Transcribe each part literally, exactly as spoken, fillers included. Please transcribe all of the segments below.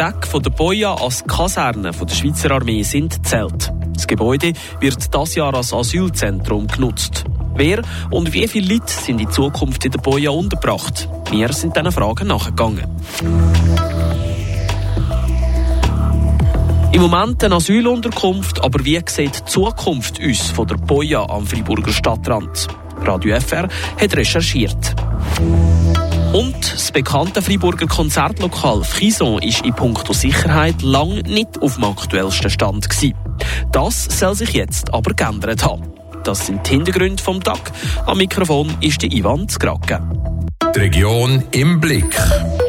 Deck von der Boja als Kaserne der Schweizer Armee sind zählt. Das Gebäude wird dieses Jahr als Asylzentrum genutzt. Wer und wie viele Leute sind in Zukunft in der Boja untergebracht? Wir sind diesen Fragen nachgegangen. Im Moment eine Asylunterkunft, aber wie sieht die Zukunft uns von der Boja am Freiburger Stadtrand? Radio F R hat recherchiert. Und das bekannte Freiburger Konzertlokal Frison ist in puncto Sicherheit lang nicht auf dem aktuellsten Stand gewesen. Das soll sich jetzt aber geändert haben. Das sind die Hintergründe vom Tag. Am Mikrofon ist der Ivan Zgracke. Die Region im Blick.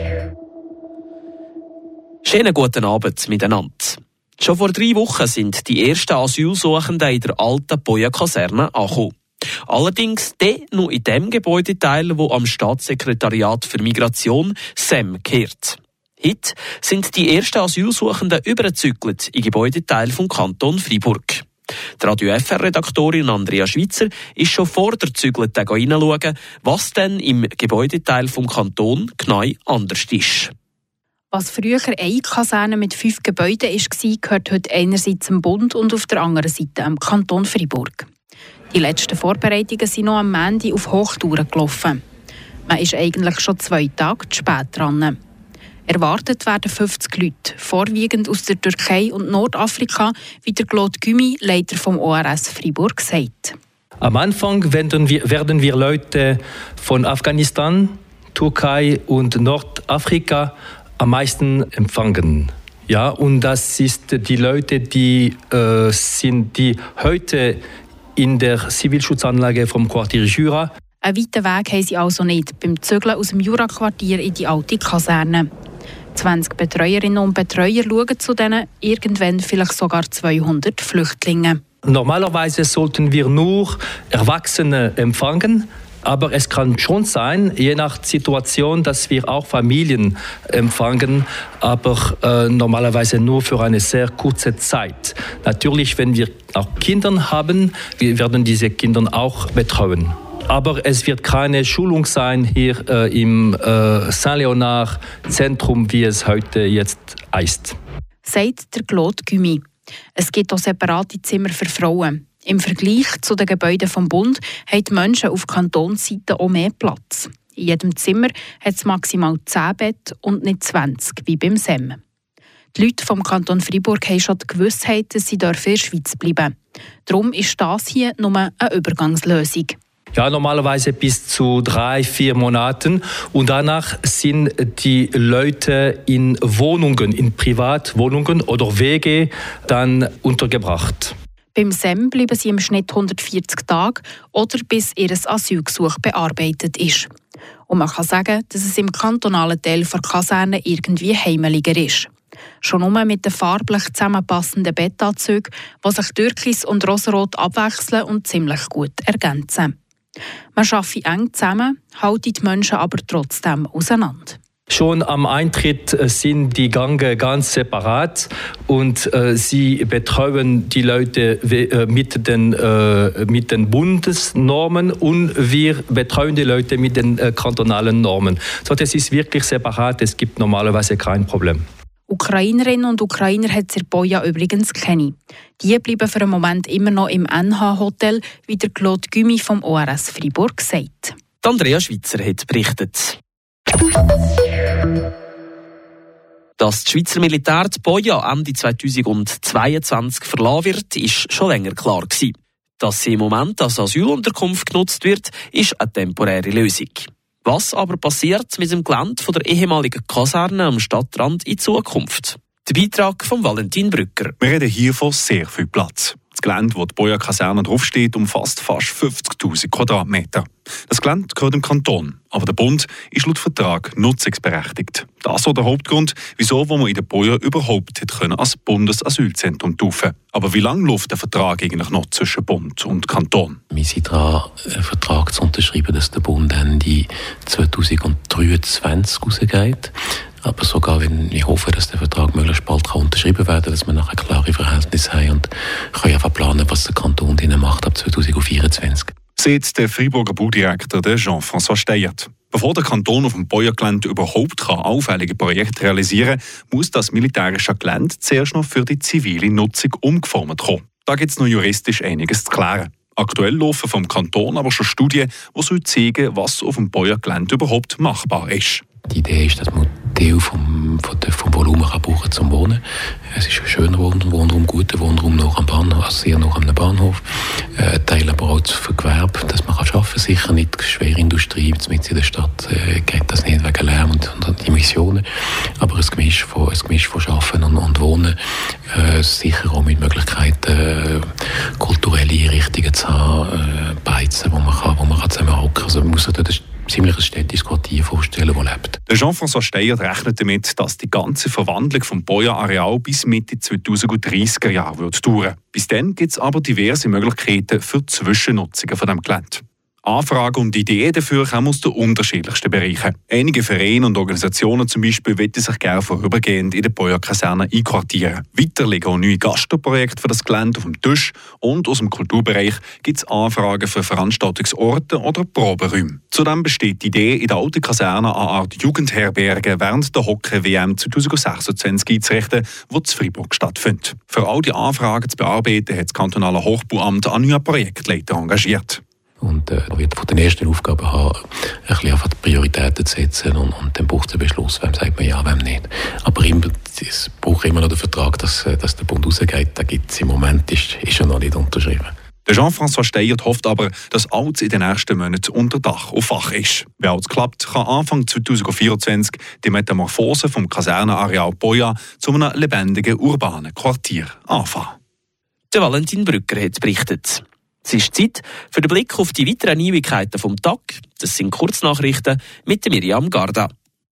Schönen guten Abend miteinander. Schon vor drei Wochen sind die ersten Asylsuchenden in der alten Boja-Kaserne angekommen. Allerdings der nur in dem Gebäudeteil, wo am Staatssekretariat für Migration S E M gehört. Heute sind die ersten Asylsuchenden übergezügelt in Gebäudeteil vom Kanton Freiburg. Die Radio F R-Redaktorin Andrea Schweitzer ist schon vor der Zügelte hineinschauen, was denn im Gebäudeteil vom Kanton genau anders ist. Was früher eine Kaserne mit fünf Gebäuden war, gehört heute einerseits dem Bund und auf der anderen Seite dem Kanton Freiburg. Die letzten Vorbereitungen sind noch am Montag auf Hochtouren gelaufen. Man ist eigentlich schon zwei Tage zu spät dran. Erwartet werden fünfzig Leute, vorwiegend aus der Türkei und Nordafrika, wie der Claude Gümi, Leiter vom O R S Freiburg, sagt. Am Anfang werden wir, werden wir Leute von Afghanistan, Türkei und Nordafrika am meisten empfangen. Ja, und das sind die Leute, die äh, sind die heute in der Zivilschutzanlage vom Quartier Jura. Einen weiten Weg haben sie also nicht beim Zügeln aus dem Jura-Quartier in die alte Kaserne. zwanzig Betreuerinnen und Betreuer schauen zu denen, irgendwann vielleicht sogar zweihundert Flüchtlingen. Normalerweise sollten wir nur Erwachsene empfangen. Aber es kann schon sein, je nach Situation, dass wir auch Familien empfangen, aber äh, normalerweise nur für eine sehr kurze Zeit. Natürlich, wenn wir auch Kinder haben, wir werden diese Kinder auch betreuen. Aber es wird keine Schulung sein hier äh, im äh, Saint-Léonard-Zentrum, wie es heute jetzt heißt. Sagt der Claude Gümi. Es gibt auch separate Zimmer für Frauen. Im Vergleich zu den Gebäuden vom Bund haben die Menschen auf Kantonsseite auch mehr Platz. In jedem Zimmer hat es maximal zehn Betten und nicht zwanzig, wie beim S E M. Die Leute vom Kanton Freiburg haben schon die Gewissheit, dass sie in der Schweiz bleiben. Darum ist das hier nur eine Übergangslösung. Ja, normalerweise bis zu drei, vier Monaten. Und danach sind die Leute in Wohnungen, in Privatwohnungen oder W G dann untergebracht. Beim S E M bleiben sie im Schnitt hundertvierzig Tage oder bis ihr Asylgesuch bearbeitet ist. Und man kann sagen, dass es im kantonalen Teil der Kaserne irgendwie heimeliger ist. Schon nur mit den farblich zusammenpassenden Bettanzügen, die sich Türkis und Rosarot abwechseln und ziemlich gut ergänzen. Man arbeitet eng zusammen, hält die Menschen aber trotzdem auseinander. Schon am Eintritt sind die Gänge ganz separat und äh, sie betreuen die Leute äh, mit, den, äh, mit den Bundesnormen und wir betreuen die Leute mit den äh, kantonalen Normen. So, das ist wirklich separat, es gibt normalerweise kein Problem. Ukrainerinnen und Ukrainer hat Boja übrigens keine. Die bleiben für einen Moment immer noch im N H-Hotel, wie der Claude Gümi vom O R S Freiburg sagt. Andrea Schweitzer hat berichtet. Dass das Schweizer Militär die Boja Ende zweitausendzweiundzwanzig verlassen wird, ist schon länger klar gewesen. Dass sie im Moment als Asylunterkunft genutzt wird, ist eine temporäre Lösung. Was aber passiert mit dem Gelände der ehemaligen Kaserne am Stadtrand in Zukunft? Der Beitrag von Valentin Brücker. Wir reden hier von sehr viel Platz. Das Gelände, wo die Boja-Kaserne draufsteht, umfasst fast fünfzigtausend Quadratmeter. Das Gelände gehört dem Kanton, aber der Bund ist laut Vertrag nutzungsberechtigt. Das war der Hauptgrund, wieso man in der Boja überhaupt hätte als Bundesasylzentrum taufen. Aber wie lange läuft der Vertrag eigentlich noch zwischen Bund und Kanton? Wir sind dran, einen Vertrag zu unterschreiben, dass der Bund Ende zweitausenddreiundzwanzig rausgeht. Aber sogar wenn ich hoffe, dass der Vertrag möglichst bald kann unterschrieben werden kann, dass wir nachher klare Verhältnisse haben und können einfach planen, was der Kanton drinnen macht ab zweitausendvierundzwanzig. Sieht der Freiburger Baudirektor Jean-François Steyert. Bevor der Kanton auf dem Boja-Gelände überhaupt auffällige Projekte realisieren kann, muss das militärische Gelände zuerst noch für die zivile Nutzung umgeformt kommen. Da gibt es noch juristisch einiges zu klären. Aktuell laufen vom Kanton aber schon Studien, die zeigen, was auf dem Boja-Gelände überhaupt machbar ist. Die Idee ist, dass man Teil vom, vom Volumen kann brauchen zum Wohnen. Es ist ein schöner Wohnraum, guter Wohnraum noch am Bahnhof, also sehr noch am Bahnhof. Ein Teil aber auch für Gewerbe, dass man arbeiten kann. Sicher nicht Schwerindustrie, mitten in der Stadt äh, geht das nicht wegen Lärm und, und Emissionen. Aber ein Gemisch von, ein Gemisch von Arbeiten und, und Wohnen. Äh, sicher auch mit Möglichkeiten, äh, kulturelle Einrichtungen zu haben, äh, Beizen, wo man, kann, wo man kann zusammen hocken kann. Also man muss sich dort ziemlich ein städtisches Quartier vorstellen, das lebt. Der Jean-François Steyert rechnet damit, dass die ganze Verwandlung vom Boja-Areal bis Mitte zweitausenddreißiger Jahre wird dauern. Bis dann gibt es aber diverse Möglichkeiten für Zwischennutzungen von dem Gelände. Anfragen und Ideen dafür kommen aus den unterschiedlichsten Bereichen. Einige Vereine und Organisationen zum Beispiel wollen sich gerne vorübergehend in der Boja-Kaserne einquartieren. Weiter liegen auch neue Gastroprojekte für das Gelände auf dem Tisch und aus dem Kulturbereich gibt es Anfragen für Veranstaltungsorte oder Proberäume. Zudem besteht die Idee, in der alten Kaserne eine Art Jugendherberge während der Hockey-W M zweitausendsechsundzwanzig einzurichten, die in Freiburg stattfindet. Für all die Anfragen zu bearbeiten hat das kantonale Hochbauamt einen neuen Projektleiter engagiert. Und äh, wird von den ersten Aufgaben haben, ein bisschen einfach die Prioritäten zu setzen und, und dann braucht es einen Beschluss, wem sagt man ja, wem nicht. Aber immer, es braucht immer noch den Vertrag, dass, dass der Bund rausgeht. Da gibt es im Moment, ist, ist schon noch nicht unterschrieben. Der Jean-François Steyert hofft aber, dass alles in den nächsten Monaten unter Dach und Fach ist. Wenn alles klappt, kann Anfang zweitausendvierundzwanzig die Metamorphose vom Kasernenareal Boja zu einem lebendigen urbanen Quartier anfangen. Der Valentin Brücker hat berichtet. Es ist Zeit für den Blick auf die weiteren Neuigkeiten vom Tag. Das sind Kurznachrichten mit Miriam Garda.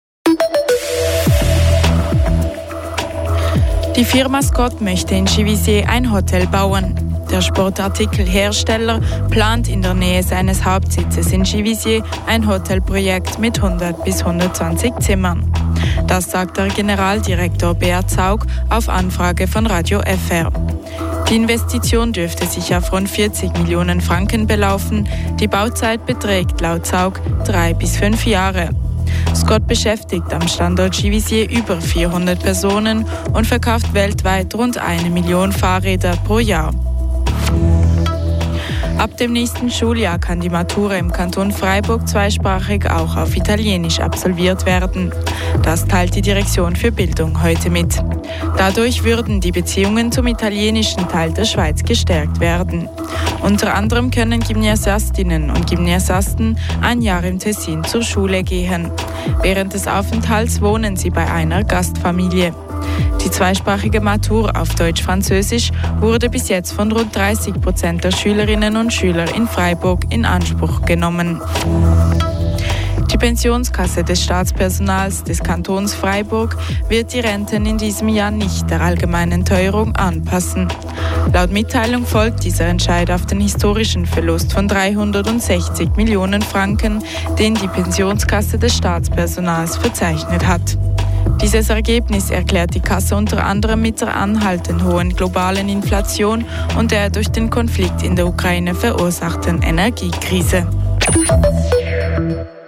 Die Firma Scott möchte in Givisiez ein Hotel bauen. Der Sportartikelhersteller plant in der Nähe seines Hauptsitzes in Givisiez ein Hotelprojekt mit hundert bis hundertzwanzig Zimmern. Das sagt der Generaldirektor Beat Zaug auf Anfrage von Radio F R. Die Investition dürfte sich auf rund vierzig Millionen Franken belaufen. Die Bauzeit beträgt laut Zaug drei bis fünf Jahre. Scott beschäftigt am Standort Givisiez über vierhundert Personen und verkauft weltweit rund eine Million Fahrräder pro Jahr. Ab dem nächsten Schuljahr kann die Matura im Kanton Freiburg zweisprachig auch auf Italienisch absolviert werden. Das teilt die Direktion für Bildung heute mit. Dadurch würden die Beziehungen zum italienischen Teil der Schweiz gestärkt werden. Unter anderem können Gymnasiastinnen und Gymnasiasten ein Jahr im Tessin zur Schule gehen. Während des Aufenthalts wohnen sie bei einer Gastfamilie. Die zweisprachige Matur auf Deutsch-Französisch wurde bis jetzt von rund dreißig Prozent der Schülerinnen und Schüler in Freiburg in Anspruch genommen. Die Pensionskasse des Staatspersonals des Kantons Freiburg wird die Renten in diesem Jahr nicht der allgemeinen Teuerung anpassen. Laut Mitteilung folgt dieser Entscheid auf den historischen Verlust von dreihundertsechzig Millionen Franken, den die Pensionskasse des Staatspersonals verzeichnet hat. Dieses Ergebnis erklärt die Kasse unter anderem mit der anhaltend hohen globalen Inflation und der durch den Konflikt in der Ukraine verursachten Energiekrise.